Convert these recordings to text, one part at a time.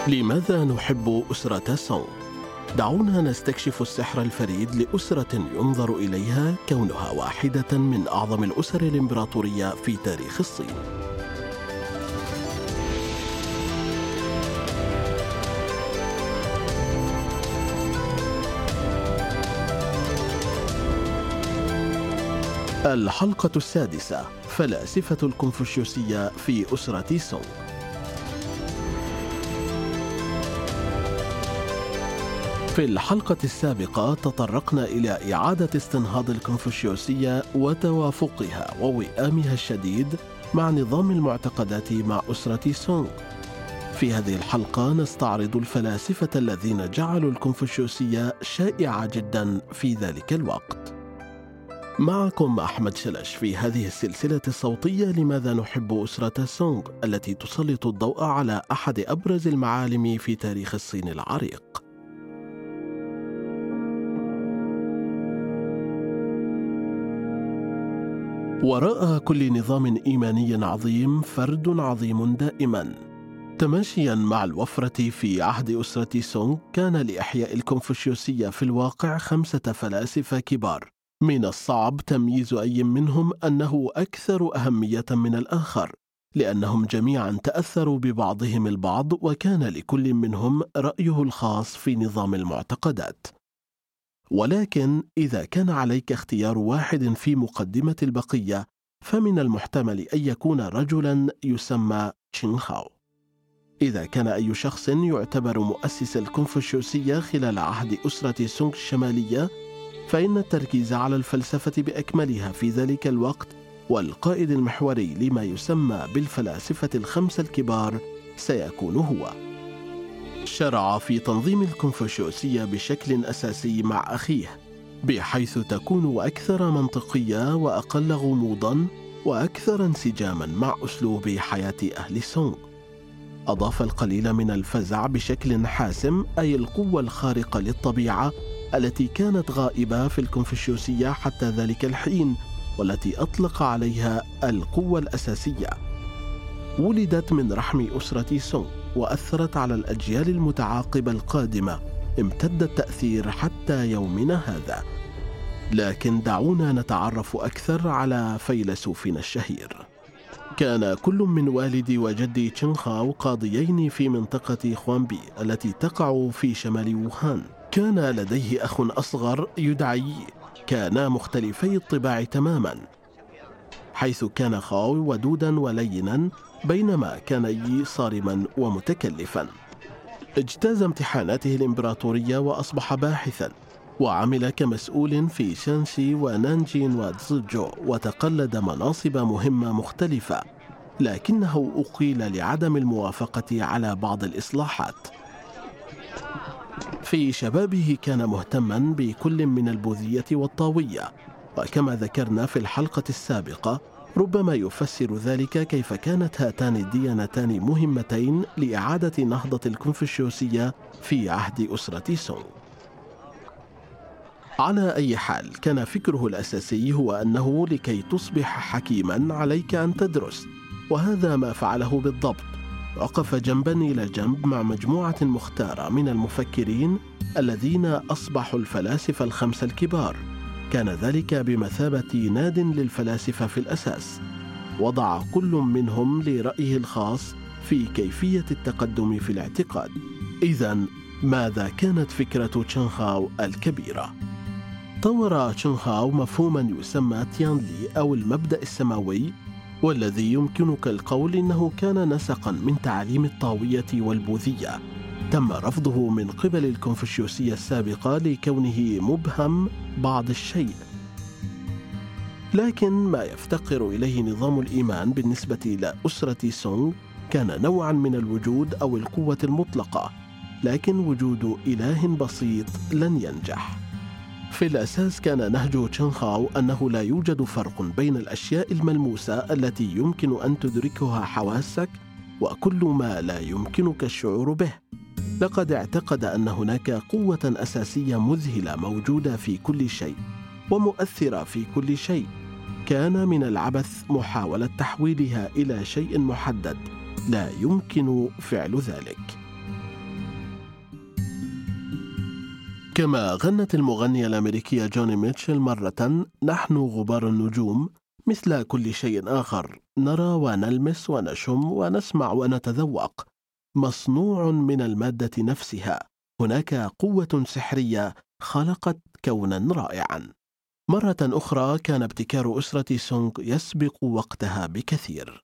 لماذا نحب أسرة سونغ؟ دعونا نستكشف السحر الفريد لأسرة ينظر إليها كونها واحدة من أعظم الأسر الإمبراطورية في تاريخ الصين. الحلقة السادسة: فلاسفة الكونفوشيوسية في أسرة سونغ. في الحلقة السابقة تطرقنا إلى إعادة استنهاض الكونفوشيوسية وتوافقها ووئامها الشديد مع نظام المعتقدات مع أسرة سونغ. في هذه الحلقة نستعرض الفلاسفة الذين جعلوا الكونفوشيوسية شائعة جدا في ذلك الوقت. معكم أحمد شلش في هذه السلسلة الصوتية لماذا نحب أسرة سونغ، التي تسلط الضوء على أحد أبرز المعالم في تاريخ الصين العريق. وراء كل نظام إيماني عظيم فرد عظيم دائما. تماشيا مع الوفرة في عهد أسرة سونغ، كان لإحياء الكونفوشيوسية في الواقع 5 فلاسفة كبار، من الصعب تمييز أي منهم أنه أكثر أهمية من الآخر، لأنهم جميعا تأثروا ببعضهم البعض، وكان لكل منهم رأيه الخاص في نظام المعتقدات. ولكن إذا كان عليك اختيار واحد في مقدمة البقية، فمن المحتمل أن يكون رجلا يسمى تشين هاو. إذا كان أي شخص يعتبر مؤسس الكونفوشيوسية خلال عهد أسرة سونغ الشمالية، فإن التركيز على الفلسفة بأكملها في ذلك الوقت والقائد المحوري لما يسمى بالفلاسفة ال5 الكبار سيكون هو. شرع في تنظيم الكونفوشيوسية بشكل أساسي مع أخيه، بحيث تكون أكثر منطقية وأقل غموضا وأكثر انسجاما مع أسلوب حياة أهل سونغ. أضاف القليل من الفزع بشكل حاسم، أي القوة الخارقة للطبيعة التي كانت غائبة في الكونفوشيوسية حتى ذلك الحين، والتي أطلق عليها القوة الأساسية. ولدت من رحم أسرة سونغ وأثرت على الأجيال المتعاقبة القادمة، امتد التأثير حتى يومنا هذا. لكن دعونا نتعرف أكثر على فيلسوفنا الشهير. كان كل من والدي وجدي تشين هاو قاضيين في منطقة خوانبي التي تقع في شمال ووهان. كان لديه أخ أصغر يدعى يي. كانا مختلفي الطباع تماما، حيث كان هاو ودودا ولينا، بينما كان يي صارما ومتكلفا. اجتاز امتحاناته الإمبراطورية وأصبح باحثا، وعمل كمسؤول في شانشي ونانجين وتزوجو، وتقلد مناصب مهمة مختلفة، لكنه أقيل لعدم الموافقة على بعض الإصلاحات. في شبابه كان مهتما بكل من البوذية والطاوية، وكما ذكرنا في الحلقة السابقة، ربما يفسر ذلك كيف كانت هاتان الديانتان مهمتين لإعادة نهضة الكونفوشيوسية في عهد أسرة سونغ. على أي حال، كان فكره الأساسي هو أنه لكي تصبح حكيما عليك أن تدرس، وهذا ما فعله بالضبط. وقف جنبا إلى جنب مع مجموعة مختارة من المفكرين الذين أصبحوا الفلاسفة ال5 الكبار. كان ذلك بمثابة ناد للفلاسفة في الأساس. وضع كل منهم لرأيه الخاص في كيفية التقدم في الاعتقاد. إذن ماذا كانت فكرة تشين هاو الكبيرة؟ طور تشين هاو مفهوما يسمى تيانلي أو المبدأ السماوي، والذي يمكنك القول إنه كان نسقا من تعاليم الطاوية والبوذية. تم رفضه من قبل الكونفوشيوسية السابقة لكونه مبهم بعض الشيء. لكن ما يفتقر إليه نظام الإيمان بالنسبة لأسرة سونغ كان نوعا من الوجود أو القوة المطلقة، لكن وجود إله بسيط لن ينجح. في الأساس كان نهج تشين هاو أنه لا يوجد فرق بين الأشياء الملموسة التي يمكن أن تدركها حواسك وكل ما لا يمكنك الشعور به. لقد اعتقد أن هناك قوة أساسية مذهلة موجودة في كل شيء ومؤثرة في كل شيء. كان من العبث محاولة تحويلها إلى شيء محدد، لا يمكن فعل ذلك. كما غنت المغنية الأمريكية جوني ميتشل مرة: نحن غبار النجوم، مثل كل شيء آخر، نرى ونلمس ونشم ونسمع ونتذوق، مصنوع من المادة نفسها، هناك قوة سحرية خلقت كونا رائعا. مرة أخرى كان ابتكار أسرة سونغ يسبق وقتها بكثير.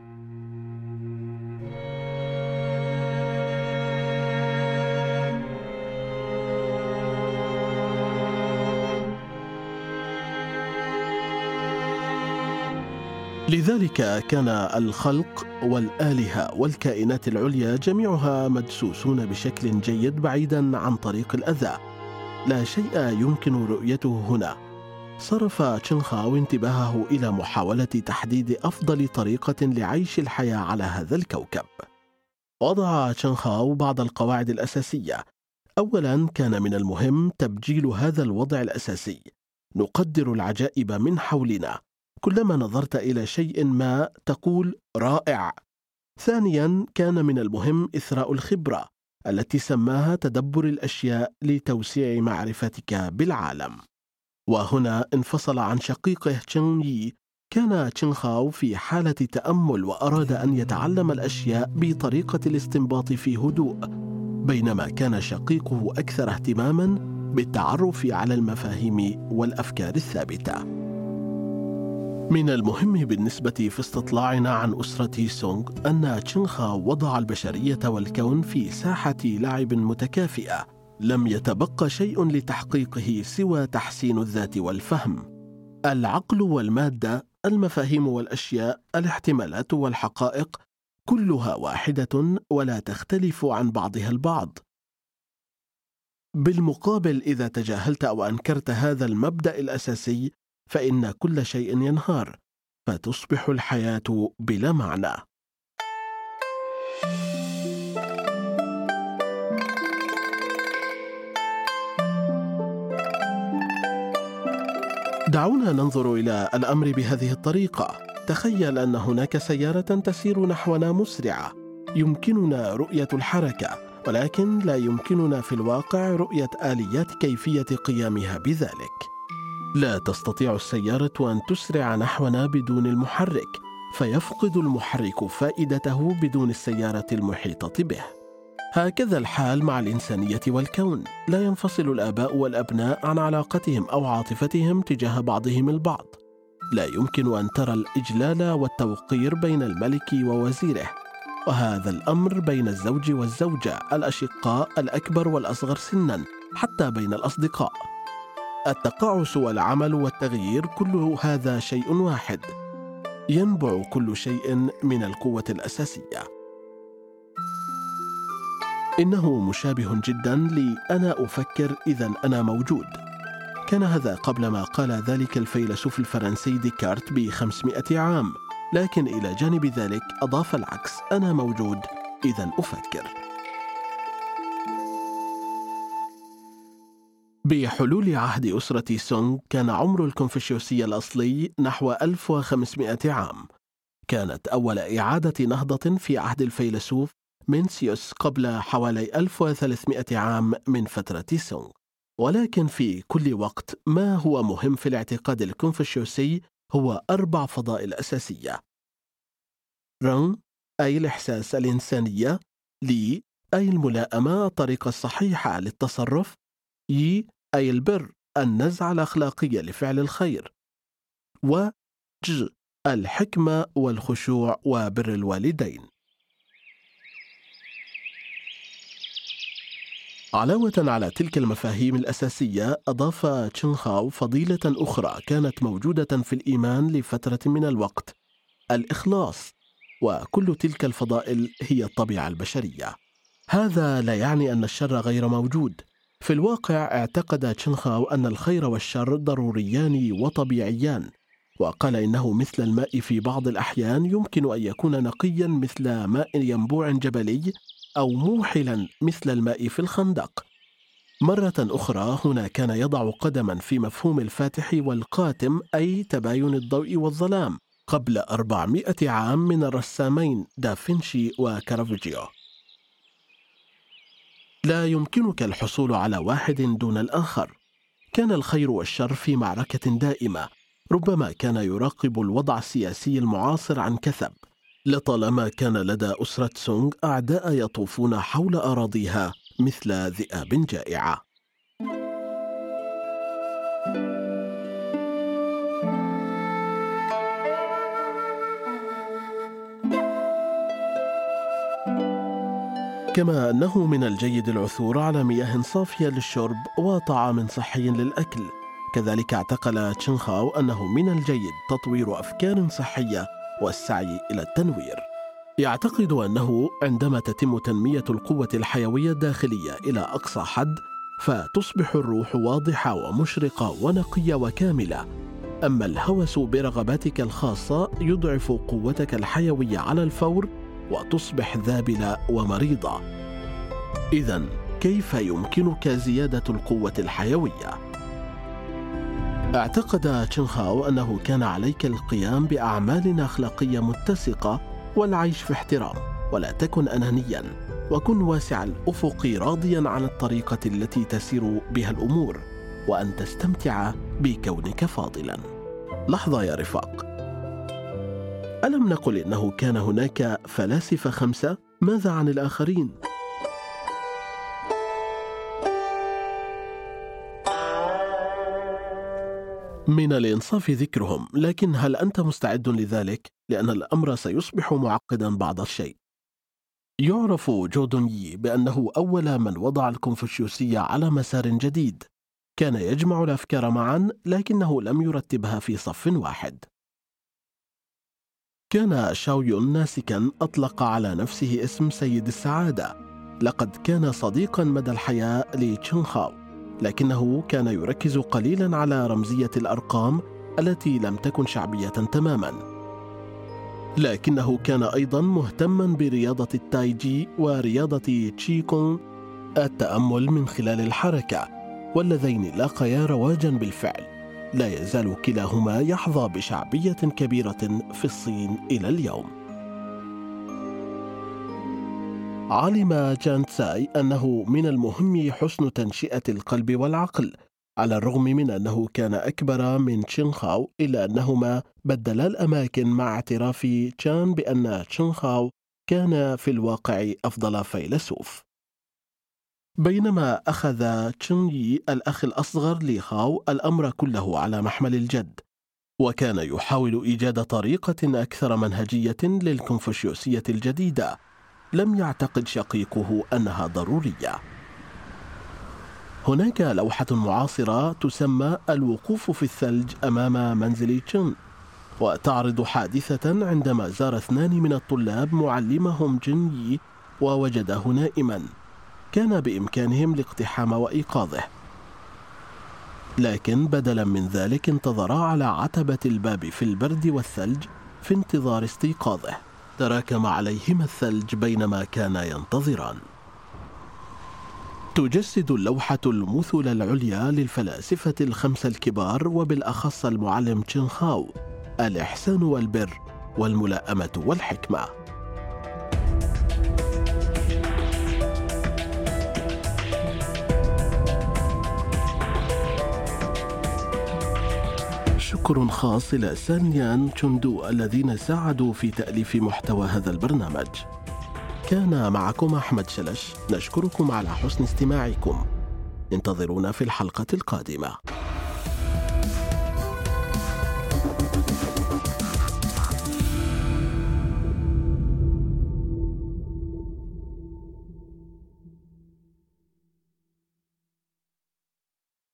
لذلك كان الخلق والآلهة والكائنات العليا جميعها مدسوسون بشكل جيد بعيدا عن طريق الأذى، لا شيء يمكن رؤيته هنا. صرف تشين خاو انتباهه إلى محاولة تحديد أفضل طريقة لعيش الحياة على هذا الكوكب. وضع تشين خاو بعض القواعد الأساسية. أولا، كان من المهم تبجيل هذا الوضع الأساسي. نقدر العجائب من حولنا، كلما نظرت إلى شيء ما تقول رائع. ثانيا، كان من المهم إثراء الخبرة التي سماها تدبر الأشياء لتوسيع معرفتك بالعالم. وهنا انفصل عن شقيقه تشين يي. كان تشين خاو في حالة تأمل وأراد أن يتعلم الأشياء بطريقة الاستنباط في هدوء، بينما كان شقيقه أكثر اهتماما بالتعرف على المفاهيم والأفكار الثابتة. من المهم بالنسبة في استطلاعنا عن أسرة سونغ أن تشين خاو وضع البشرية والكون في ساحة لعب متكافئة، لم يتبقى شيء لتحقيقه سوى تحسين الذات والفهم. العقل والمادة، المفاهيم والأشياء، الاحتمالات والحقائق، كلها واحدة ولا تختلف عن بعضها البعض. بالمقابل، إذا تجاهلت أو أنكرت هذا المبدأ الأساسي فإن كل شيء ينهار، فتصبح الحياة بلا معنى. دعونا ننظر إلى الأمر بهذه الطريقة. تخيل أن هناك سيارة تسير نحونا مسرعة، يمكننا رؤية الحركة، ولكن لا يمكننا في الواقع رؤية آليات كيفية قيامها بذلك. لا تستطيع السيارة أن تسرع نحونا بدون المحرك، فيفقد المحرك فائدته بدون السيارة المحيطة به. هكذا الحال مع الإنسانية والكون. لا ينفصل الآباء والأبناء عن علاقتهم أو عاطفتهم تجاه بعضهم البعض. لا يمكن أن ترى الإجلال والتوقير بين الملك ووزيره، وهذا الأمر بين الزوج والزوجة، الأشقاء، الأكبر والأصغر سنا، حتى بين الأصدقاء. التقاعس والعمل والتغيير، كل هذا شيء واحد. ينبع كل شيء من القوة الأساسية. إنه مشابه جدا لي أنا أفكر إذن أنا موجود. كان هذا قبل ما قال ذلك الفيلسوف الفرنسي ديكارت ب500 عام، لكن إلى جانب ذلك أضاف العكس: أنا موجود إذن أفكر. بحلول عهد أسرة سونغ كان عمر الكونفوشيوسية الأصلي نحو 1500 عام. كانت أول إعادة نهضة في عهد الفيلسوف مينسيوس قبل حوالي 1300 عام من فترة سونغ. ولكن في كل وقت، ما هو مهم في الاعتقاد الكونفوشيوسي هو 4 فضائل أساسية: رن أي الإحساس الإنسانية، لي أي الملائمة الطريقة الصحيحة للتصرف، يي أي البر النزعة الأخلاقية لفعل الخير، وج الحكمة والخشوع وبر الوالدين. علاوة على تلك المفاهيم الأساسية، أضاف تشين خاو فضيلة أخرى كانت موجودة في الإيمان لفترة من الوقت: الإخلاص. وكل تلك الفضائل هي الطبيعة البشرية. هذا لا يعني أن الشر غير موجود. في الواقع اعتقد تشين خاو أن الخير والشر ضروريان وطبيعيان، وقال إنه مثل الماء في بعض الأحيان يمكن أن يكون نقيا مثل ماء ينبوع جبلي، أو موحلا مثل الماء في الخندق. مرة أخرى هنا كان يضع قدما في مفهوم الفاتح والقاتم، أي تباين الضوء والظلام، قبل 400 عام من الرسامين دافنشي وكارافاجيو. لا يمكنك الحصول على واحد دون الآخر. كان الخير والشر في معركة دائمة. ربما كان يراقب الوضع السياسي المعاصر عن كثب. لطالما كان لدى أسرة سونغ أعداء يطوفون حول أراضيها مثل ذئاب جائعة. كما أنه من الجيد العثور على مياه صافية للشرب وطعام صحي للأكل، كذلك اعتقد تشين هاو أنه من الجيد تطوير أفكار صحية والسعي إلى التنوير. يعتقد أنه عندما تتم تنمية القوة الحيوية الداخلية إلى أقصى حد فتصبح الروح واضحة ومشرقة ونقية وكاملة، أما الهوس برغباتك الخاصة يضعف قوتك الحيوية على الفور وتصبح ذابلة ومريضة. إذن كيف يمكنك زيادة القوة الحيوية؟ اعتقد تشين هاو أنه كان عليك القيام بأعمال أخلاقية متسقة والعيش في احترام، ولا تكن أنانياً، وكن واسع الأفق راضياً عن الطريقة التي تسير بها الأمور، وأن تستمتع بكونك فاضلاً. لحظة يا رفاق، ألم نقل إنه كان هناك فلاسفة 5؟ ماذا عن الآخرين؟ من الإنصاف ذكرهم، لكن هل أنت مستعد لذلك؟ لأن الأمر سيصبح معقداً بعض الشيء. يعرف جو دون يي بأنه أول من وضع الكونفوشيوسية على مسار جديد. كان يجمع الأفكار معاً، لكنه لم يرتبها في صف واحد. كان شاو يون ناسكاً أطلق على نفسه اسم سيد السعادة. لقد كان صديقاً مدى الحياة لتشين هاو، لكنه كان يركز قليلاً على رمزية الأرقام التي لم تكن شعبية تماماً. لكنه كان أيضاً مهتماً برياضة التايجي ورياضة تشيكونغ، التأمل من خلال الحركة، واللذين لاقيا رواجاً بالفعل. لا يزال كلاهما يحظى بشعبية كبيرة في الصين إلى اليوم. علم جان تساي أنه من المهم حسن تنشئة القلب والعقل، على الرغم من أنه كان أكبر من تشين هاو، إلا أنهما بدلا الأماكن مع اعتراف تشان بأن تشين هاو كان في الواقع أفضل فيلسوف. بينما أخذ تشين يي الأخ الأصغر لهاو الأمر كله على محمل الجد، وكان يحاول إيجاد طريقة أكثر منهجية للكونفوشيوسية الجديدة. لم يعتقد شقيقه أنها ضرورية. هناك لوحة معاصرة تسمى الوقوف في الثلج أمام منزل تشين، وتعرض حادثة عندما زار 2 من الطلاب معلمهم جين يي ووجده نائما. كان بإمكانهم الاقتحام وإيقاظه، لكن بدلا من ذلك انتظرا على عتبة الباب في البرد والثلج في انتظار استيقاظه. تراكم عليهما الثلج بينما كانا ينتظران. تجسد اللوحة المثل العليا للفلاسفة 5 الكبار، وبالأخص المعلم تشين هاو، الإحسان والبر والملائمة والحكمة. شكر خاص إلى سانيان تشوندو الذين ساعدوا في تأليف محتوى هذا البرنامج. كان معكم أحمد شلش، نشكركم على حسن استماعكم. انتظرونا في الحلقة القادمة.